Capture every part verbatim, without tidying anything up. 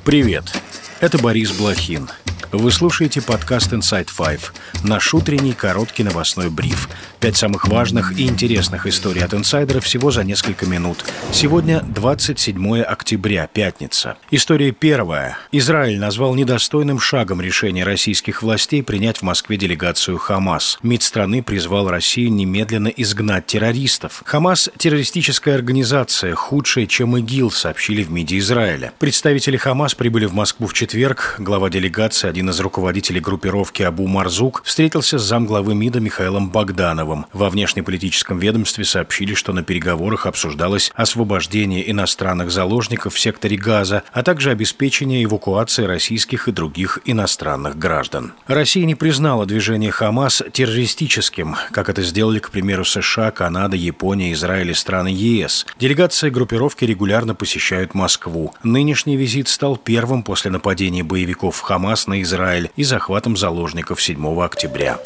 Привет, это Борис Блохин. Вы слушаете подкаст Inside Five, наш утренний короткий новостной бриф. Пять самых важных и интересных историй от инсайдера всего за несколько минут. Сегодня двадцать седьмое октября, пятница. История первая. Израиль назвал недостойным шагом решения российских властей принять в Москве делегацию ХАМАС. МИД страны призвал Россию немедленно изгнать террористов. ХАМАС – террористическая организация, худшая, чем ИГИЛ, сообщили в МИДе Израиля. Представители ХАМАС прибыли в Москву в четверг. Глава делегации, один из руководителей группировки Абу Марзук, встретился с замглавы МИДа Михаилом Богдановым. Во внешнеполитическом ведомстве сообщили, что на переговорах обсуждалось освобождение иностранных заложников в секторе Газа, а также обеспечение эвакуации российских и других иностранных граждан. Россия не признала движение ХАМАС террористическим, как это сделали, к примеру, США, Канада, Япония, Израиль и страны ЕС. Делегации группировки регулярно посещают Москву. Нынешний визит стал первым после нападения боевиков ХАМАС на Израиль и захватом заложников седьмого октября.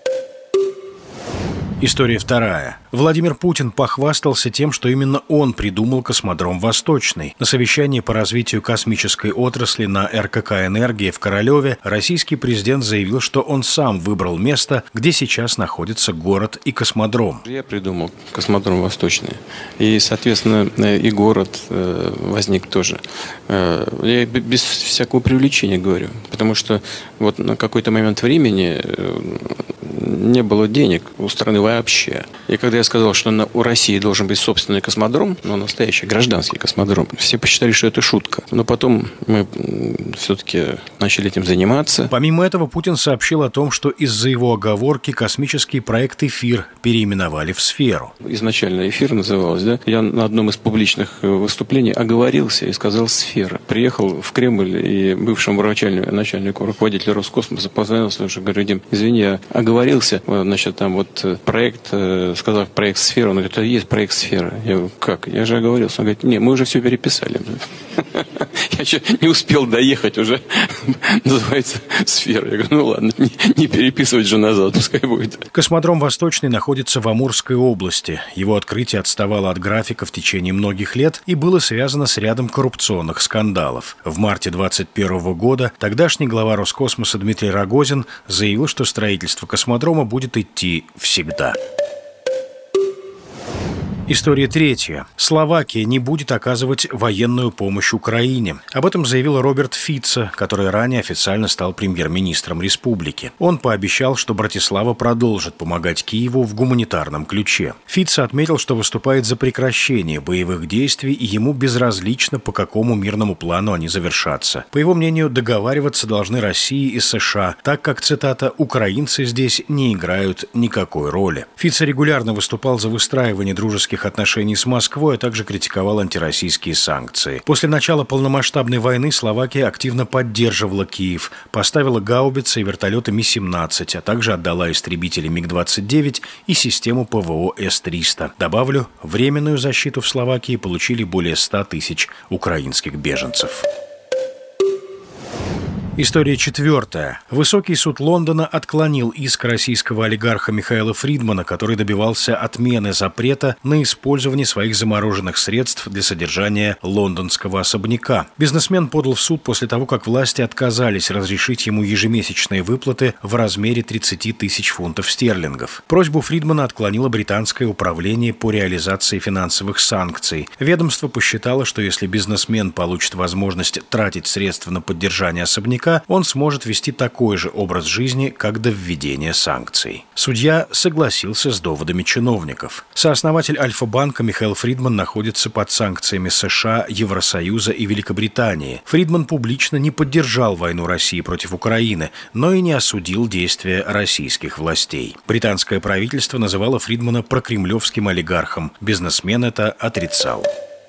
История вторая. Владимир Путин похвастался тем, что именно он придумал космодром «Восточный». На совещании по развитию космической отрасли на эр ка ка «Энергия» в Королеве российский президент заявил, что он сам выбрал место, где сейчас находится город и космодром. Я придумал космодром «Восточный». И, соответственно, и город возник тоже. Я без всякого привлечения говорю. Потому что вот на какой-то момент времени не было денег у страны вообще. И когда я сказал, что на, у России должен быть собственный космодром, но настоящий гражданский космодром, все посчитали, что это шутка. Но потом мы все-таки начали этим заниматься. Помимо этого, Путин сообщил о том, что из-за его оговорки космический проект «Эфир» переименовали в «Сферу». Изначально «Эфир» называлось, да? Я на одном из публичных выступлений оговорился и сказал «Сфера». Приехал в Кремль и бывшему начальнику, руководителю Роскосмоса позвонил, слушай, говорю, Дим, извини, я оговорился, значит, там вот проект, сказал проект «Сфера», он говорит, это есть проект «Сфера». Я говорю, как? Я же оговорился. Он говорит, не, мы уже все переписали. Я еще не успел доехать, уже называется «Сфера». Я говорю, ну ладно, не, не переписывать же назад, пускай будет. Космодром «Восточный» находится в Амурской области. Его открытие отставало от графика в течение многих лет и было связано с рядом коррупционных скандалов. В марте двадцать первого года тогдашний глава Роскосмоса Дмитрий Рогозин заявил, что строительство космодрома будет идти всегда. История третья. Словакия не будет оказывать военную помощь Украине. Об этом заявил Роберт Фицо, который ранее официально стал премьер-министром республики. Он пообещал, что Братислава продолжит помогать Киеву в гуманитарном ключе. Фицо отметил, что выступает за прекращение боевых действий, и ему безразлично, по какому мирному плану они завершатся. По его мнению, договариваться должны Россия и США, так как, цитата, «украинцы здесь не играют никакой роли». Фицо регулярно выступал за выстраивание дружеских отношений с Москвой, а также критиковал антироссийские санкции. После начала полномасштабной войны Словакия активно поддерживала Киев, поставила гаубицы и вертолеты Ми семнадцать, а также отдала истребители миг двадцать девять и систему ПВО С триста. Добавлю, временную защиту в Словакии получили более ста тысяч украинских беженцев. История четвертая. Высокий суд Лондона отклонил иск российского олигарха Михаила Фридмана, который добивался отмены запрета на использование своих замороженных средств для содержания лондонского особняка. Бизнесмен подал в суд после того, как власти отказались разрешить ему ежемесячные выплаты в размере тридцати тысяч фунтов стерлингов. Просьбу Фридмана отклонило британское управление по реализации финансовых санкций. Ведомство посчитало, что если бизнесмен получит возможность тратить средства на поддержание особняка, он сможет вести такой же образ жизни, как до введения санкций. Судья согласился с доводами чиновников. Сооснователь Альфа-банка Михаил Фридман находится под санкциями США, Евросоюза и Великобритании. Фридман публично не поддержал войну России против Украины, но и не осудил действия российских властей. Британское правительство называло Фридмана прокремлевским олигархом. Бизнесмен это отрицал.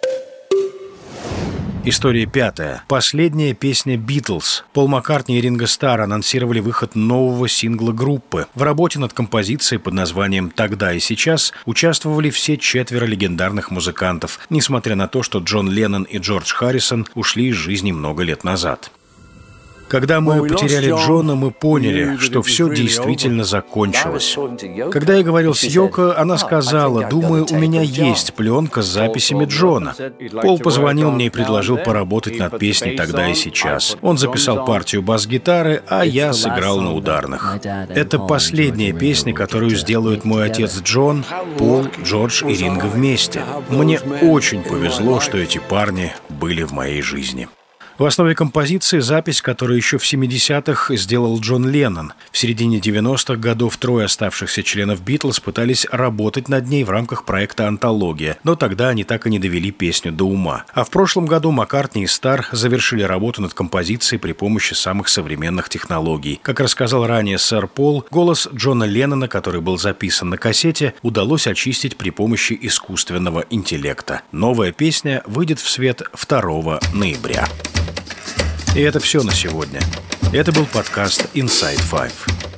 История пятая. Последняя песня «Битлз». Пол Маккартни и Ринго Старр анонсировали выход нового сингла группы. В работе над композицией под названием «Тогда и сейчас» участвовали все четверо легендарных музыкантов, несмотря на то, что Джон Леннон и Джордж Харрисон ушли из жизни много лет назад. Когда мы потеряли Джона, мы поняли, что все действительно закончилось. Когда я говорил с Йоко, она сказала: «Думаю, у меня есть пленка с записями Джона». Пол позвонил мне и предложил поработать над песней «Тогда и сейчас». Он записал партию бас-гитары, а я сыграл на ударных. Это последняя песня, которую сделают мой отец Джон, Пол, Джордж и Ринго вместе. Мне очень повезло, что эти парни были в моей жизни. В основе композиции запись, которую еще в семидесятых сделал Джон Леннон. В середине девяностых годов трое оставшихся членов «Битлз» пытались работать над ней в рамках проекта «Антология», но тогда они так и не довели песню до ума. А в прошлом году Маккартни и Старр завершили работу над композицией при помощи самых современных технологий. Как рассказал ранее сэр Пол, голос Джона Леннона, который был записан на кассете, удалось очистить при помощи искусственного интеллекта. Новая песня выйдет в свет второго ноября. И это все на сегодня. Это был подкаст Inside Five.